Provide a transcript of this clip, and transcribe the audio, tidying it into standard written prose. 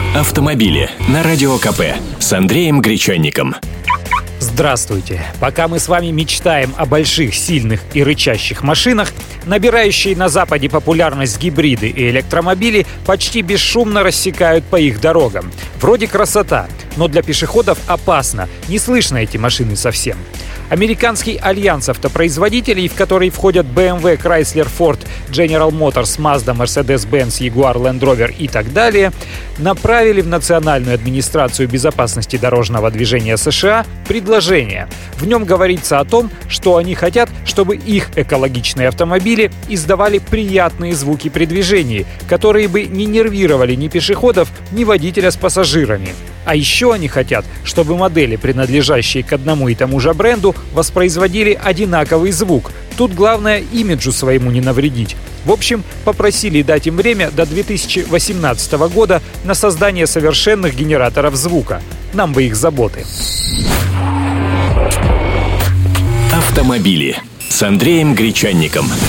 Автомобили на Радио КП с Андреем Гречанником. Здравствуйте! Пока мы с вами мечтаем о больших, сильных и рычащих машинах, набирающие на Западе популярность гибриды и электромобили почти бесшумно рассекают по их дорогам. Вроде красота, но для пешеходов опасно, не слышно эти машины совсем. Американский альянс автопроизводителей, в который входят BMW, Chrysler, Ford, General Motors, Mazda, Mercedes-Benz, Jaguar, Land Rover и так далее, направили в Национальную администрацию безопасности дорожного движения США предложение. В нем говорится о том, что они хотят, чтобы их экологичные автомобили издавали приятные звуки при движении, которые бы не нервировали ни пешеходов, ни водителя с пассажирами. А еще они хотят, чтобы модели, принадлежащие к одному и тому же бренду, воспроизводили одинаковый звук. Тут главное имиджу своему не навредить. В общем, попросили дать им время до 2018 года на создание совершенных генераторов звука. Нам бы их заботы. Автомобили с Андреем Гречанником.